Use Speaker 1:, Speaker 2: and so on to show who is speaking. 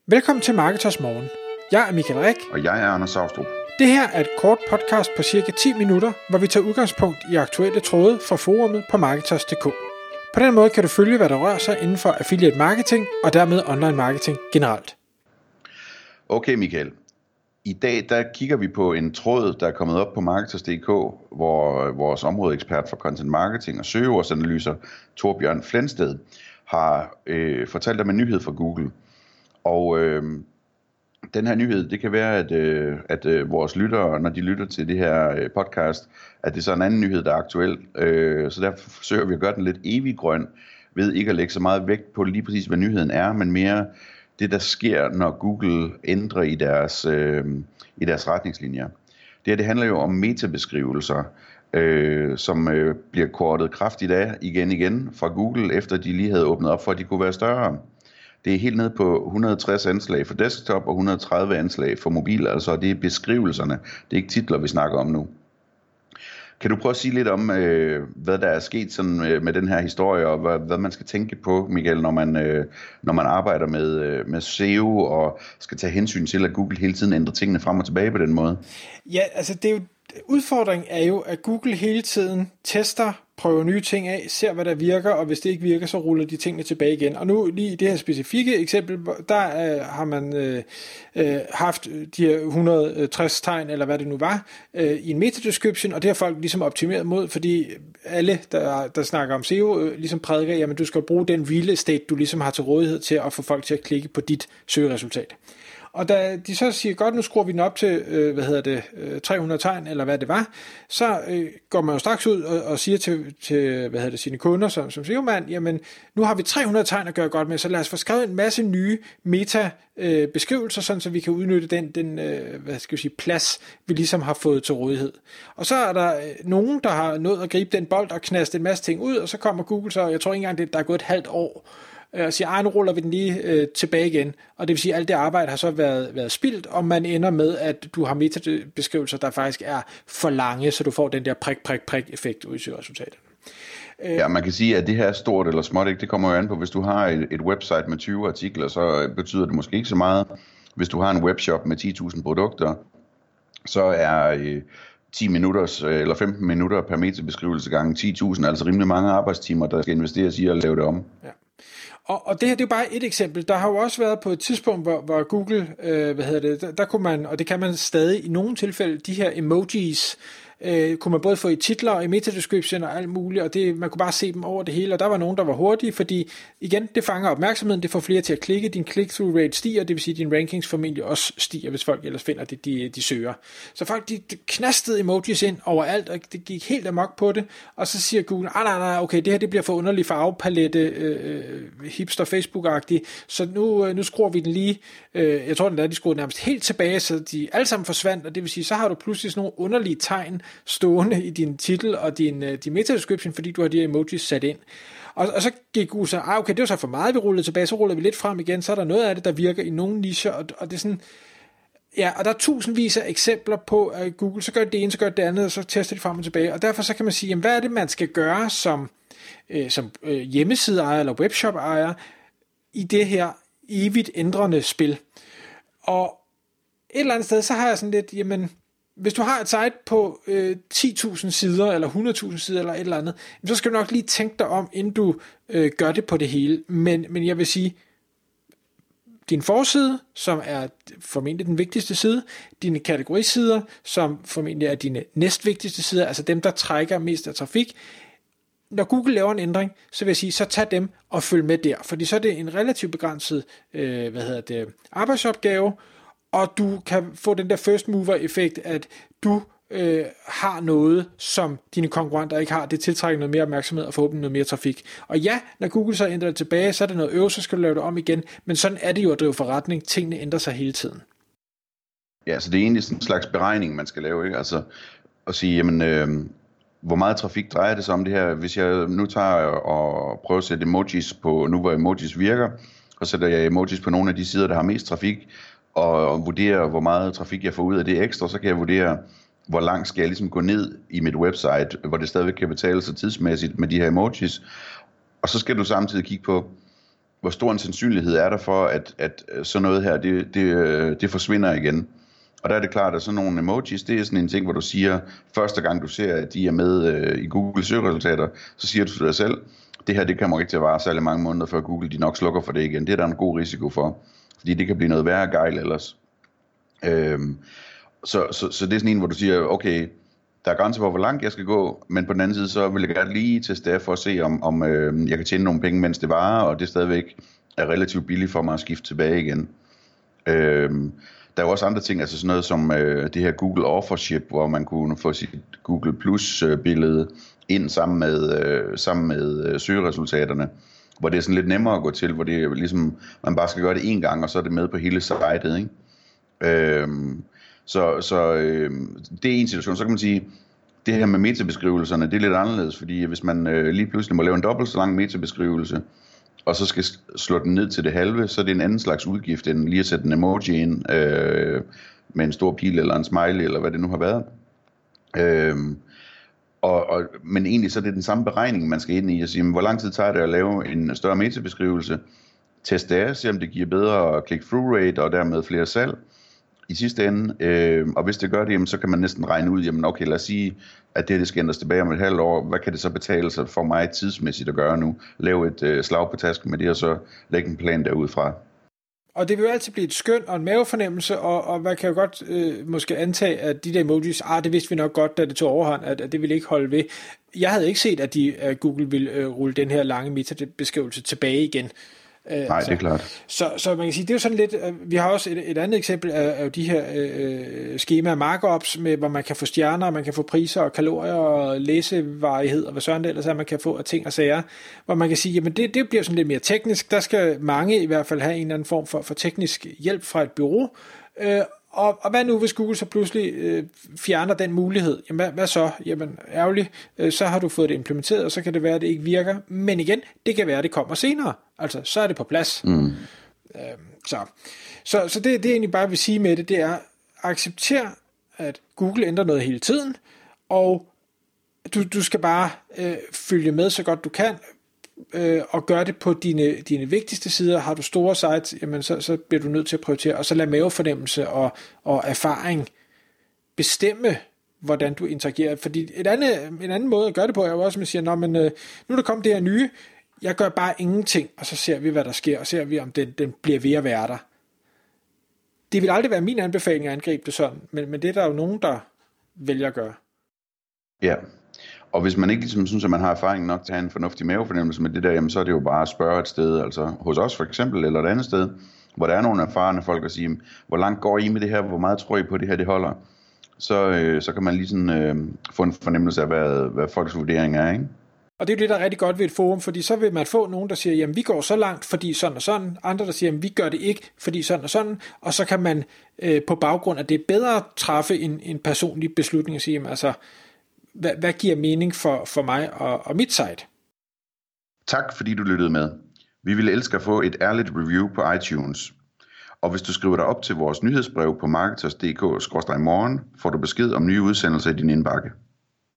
Speaker 1: Velkommen til Marketers Morgen. Jeg er Michael Rik.
Speaker 2: Og jeg er Anders Saustrup.
Speaker 1: Det her er et kort podcast på cirka 10 minutter, hvor vi tager udgangspunkt i aktuelle tråde fra forumet på Marketers.dk. På den måde kan du følge, hvad der rører sig inden for affiliate marketing og dermed online marketing generelt.
Speaker 2: Okay Michael, i dag der kigger vi på en tråd, der er kommet op på Marketers.dk, hvor vores områdeekspert for content marketing og søgeordsanalyser, Torbjørn Flensted, har fortalt om en nyhed fra Google. Og den her nyhed, det kan være, at vores lyttere, når de lytter til det her podcast, at det er så en anden nyhed, der er aktuel. Så derfor forsøger vi at gøre den lidt evig grøn, ved ikke at lægge så meget vægt på lige præcis, hvad nyheden er, men mere det, der sker, når Google ændrer i deres retningslinjer. Det handler jo om metabeskrivelser, som bliver kortet kraftigt af igen fra Google, efter de lige havde åbnet op for, at de kunne være større. Det er helt ned på 160 anslag for desktop og 130 anslag for mobil, altså det er beskrivelserne, det er ikke titler, vi snakker om nu. Kan du prøve at sige lidt om, hvad der er sket sådan, med den her historie, og hvad man skal tænke på, Michael, når man arbejder med SEO og skal tage hensyn til, at Google hele tiden ændrer tingene frem og tilbage på den måde?
Speaker 1: Ja, altså det er jo, udfordringen er jo, at Google hele tiden tester, prøver nye ting af, ser hvad der virker, og hvis det ikke virker, så ruller de tingene tilbage igen. Og nu lige i det her specifikke eksempel, der har man haft de her 160 tegn, eller hvad det nu var, i en meta-description, og det har folk ligesom optimeret mod, fordi alle, der snakker om SEO, ligesom prædiker, jamen du skal bruge den real estate, du ligesom har til rådighed til at få folk til at klikke på dit søgeresultat. Og da de så siger, godt, nu skruer vi den op til, 300 tegn, eller hvad det var, så går man jo straks ud og siger til sine kunder som SEO-mand, jamen, nu har vi 300 tegn at gøre godt med, så lad os få skrevet en masse nye meta-beskrivelser, sådan så vi kan udnytte den plads, vi ligesom har fået til rådighed. Og så er der nogen, der har nået at gribe den bold og knaste en masse ting ud, og så kommer Google så, jeg tror ikke engang, der er gået et halvt år, og siger, nu ruller vi den lige tilbage igen. Og det vil sige, at alt det arbejde har så været spildt, og man ender med, at du har metabeskrivelser, der faktisk er for lange, så du får den der prik-effekt ud i søgeresultatet.
Speaker 2: Ja, man kan sige, at det her er stort eller småt, ikke? Det kommer jo an på, hvis du har et website med 20 artikler, så betyder det måske ikke så meget. Hvis du har en webshop med 10.000 produkter, så er 10 minutter eller 15 minutter per metabeskrivelse gange 10.000, altså rimelig mange arbejdstimer, der skal investeres i at lave det om. Ja.
Speaker 1: Og det her, det er jo bare et eksempel. Der har jo også været på et tidspunkt, hvor Google, der kunne man, og det kan man stadig i nogle tilfælde, de her emojis, kunne man både få i titler og i metadescription og alt muligt, og man kunne bare se dem over det hele, og der var nogen, der var hurtige, fordi igen, det fanger opmærksomheden, det får flere til at klikke, din click-through rate stiger, det vil sige, at din rankings formentlig også stiger, hvis folk ellers finder det, de søger. Så folk, de knastede emojis ind overalt, og det gik helt amok på det, og så siger Google, nej, okay, det her det bliver for underlig farvepalette, hipster Facebook-agtig, så nu skruer vi den lige, jeg tror den der, de skruede nærmest helt tilbage, så de alle sammen forsvandt, og det vil sige, så har du pludselig sådan nogle underlige tegn stående i din titel og din meta-description, fordi du har de her emojis sat ind. Og så gik Google så, okay, det var så for meget, vi rullede tilbage, så ruller vi lidt frem igen, så er der noget af det, der virker i nogle nicher, og det er sådan, ja, og der er tusindvis af eksempler på, at Google så gør det ene, så gør det andet, og så tester det frem og tilbage, og derfor så kan man sige, jamen, hvad er det, man skal gøre som hjemmesideejer eller webshop-ejer i det her evigt ændrende spil. Og et eller andet sted, så har jeg sådan lidt, jamen, hvis du har et site på 10.000 sider, eller 100.000 sider, eller et eller andet, så skal du nok lige tænke dig om, inden du gør det på det hele. Men jeg vil sige, din forside, som er formentlig den vigtigste side, dine kategorisider, som formentlig er dine næstvigtigste sider, altså dem, der trækker mest af trafik. Når Google laver en ændring, så vil jeg sige, så tag dem og følg med der, fordi så er det en relativt begrænset arbejdsopgave, og du kan få den der first mover effekt, at du har noget, som dine konkurrenter ikke har. Det tiltrækker noget mere opmærksomhed og forhåbentlig noget mere trafik. Og ja, når Google så ændrer det tilbage, så er det noget øve, så skal du lave det om igen. Men sådan er det jo at drive forretning. Tingene ændrer sig hele tiden.
Speaker 2: Ja, så det er egentlig sådan en slags beregning, man skal lave, ikke? Altså at sige, jamen, hvor meget trafik drejer det sig om det her? Hvis jeg nu tager og prøver at sætte emojis på, nu hvor emojis virker, og sætter jeg emojis på nogle af de sider, der har mest trafik, og vurdere, hvor meget trafik jeg får ud af det ekstra, så kan jeg vurdere, hvor langt skal jeg ligesom gå ned i mit website, hvor det stadigvæk kan betale sig tidsmæssigt med de her emojis. Og så skal du samtidig kigge på, hvor stor en sandsynlighed er der for, at sådan noget her, det forsvinder igen. Og der er det klart, at sådan nogle emojis, det er sådan en ting, hvor du siger, første gang du ser, at de er med i Google søgeresultater, så siger du til dig selv, det her, det kommer ikke til at vare særlig mange måneder, før Google de nok slukker for det igen. Det er der en god risiko for, fordi det kan blive noget værre gejl ellers. Så det er sådan en, hvor du siger, okay, der er grænser for, hvor langt jeg skal gå, men på den anden side, så vil jeg gerne lige teste det for at se, om jeg kan tjene nogle penge, mens det varer, og det stadigvæk er relativt billigt for mig at skifte tilbage igen. Der er jo også andre ting, altså sådan noget som det her Google Offership, hvor man kunne få sit Google Plus billede ind sammen med søgeresultaterne, hvor det er sådan lidt nemmere at gå til, hvor det er ligesom, man bare skal gøre det en gang, og så er det med på hele sitet, ikke? Så det er en situation. Så kan man sige, det her med metabeskrivelserne, det er lidt anderledes, fordi hvis man lige pludselig må lave en dobbelt så lang metabeskrivelse, og så skal slå den ned til det halve, så er det en anden slags udgift, end lige at sætte en emoji ind med en stor pil eller en smiley, eller hvad det nu har været. Men egentlig så er det den samme beregning, man skal ind i, og sige, hvor lang tid tager det at lave en større metabeskrivelse, teste af, se om det giver bedre click-through rate, og dermed flere salg i sidste ende, og hvis det gør det, jamen, så kan man næsten regne ud, jamen okay, lad os sige, at det skal ændres tilbage om et halvt år, hvad kan det så betale sig for mig tidsmæssigt at gøre nu? Lave et slag på tasken med det, og så lægge en plan derudfra.
Speaker 1: Og det vil jo altid blive et skøn og en mavefornemmelse, og man kan jo godt måske antage, at de der emojis, det vidste vi nok godt, da det tog overhånd, at det ville ikke holde ved. Jeg havde ikke set, at Google ville rulle den her lange metabeskrivelse tilbage igen.
Speaker 2: Nej, det er klart.
Speaker 1: Så man kan sige, det er jo sådan lidt, vi har også et andet eksempel af de her skema markups, med, hvor man kan få stjerner, man kan få priser og kalorier og læsevarighed, og hvad sådan det ellers er, man kan få af ting og sager, hvor man kan sige, jamen det bliver sådan lidt mere teknisk, der skal mange i hvert fald have en eller anden form for teknisk hjælp fra et bureau, og hvad nu, hvis Google så pludselig fjerner den mulighed? Jamen, hvad så? Jamen, ærgerligt, så har du fået det implementeret, og så kan det være, at det ikke virker. Men igen, det kan være, at det kommer senere. Altså, så er det på plads. Så det egentlig bare vil sige med det, det er, accepter, at Google ændrer noget hele tiden, og du skal bare følge med så godt du kan, og gør det på dine vigtigste sider. Har du store sites, jamen så bliver du nødt til at prioritere, og så lad mavefornemmelse og erfaring bestemme, hvordan du interagerer. Fordi en anden måde at gøre det på, er jo også, at man siger, nu er der kommet det her nye, jeg gør bare ingenting, og så ser vi, hvad der sker, og ser vi, om den bliver ved at være der. Det vil aldrig være min anbefaling at angribe det sådan, men det er der jo nogen, der vælger at gøre.
Speaker 2: Ja. Og hvis man ikke ligesom synes, at man har erfaring nok til at have en fornuftig mavefornemmelse med det der, jamen, så er det jo bare at spørge et sted, altså hos os for eksempel, eller et andet sted, hvor der er nogle erfarne folk, og sige, hvor langt går I med det her, hvor meget tror I på det her, det holder? Så kan man lige sådan, få en fornemmelse af, hvad folks vurdering er, ikke?
Speaker 1: Og det er jo det, der er rigtig godt ved et forum, fordi så vil man få nogen, der siger, jamen vi går så langt, fordi sådan og sådan, andre der siger, jamen vi gør det ikke, fordi sådan og sådan, og så kan man på baggrund af det bedre træffe en personlig beslutning og sige, jamen altså, hvad giver mening for mig og mit site?
Speaker 2: Tak fordi du lyttede med. Vi ville elske at få et ærligt review på iTunes. Og hvis du skriver dig op til vores nyhedsbrev på marketers.dk/morgen, får du besked om nye udsendelser i din indbakke.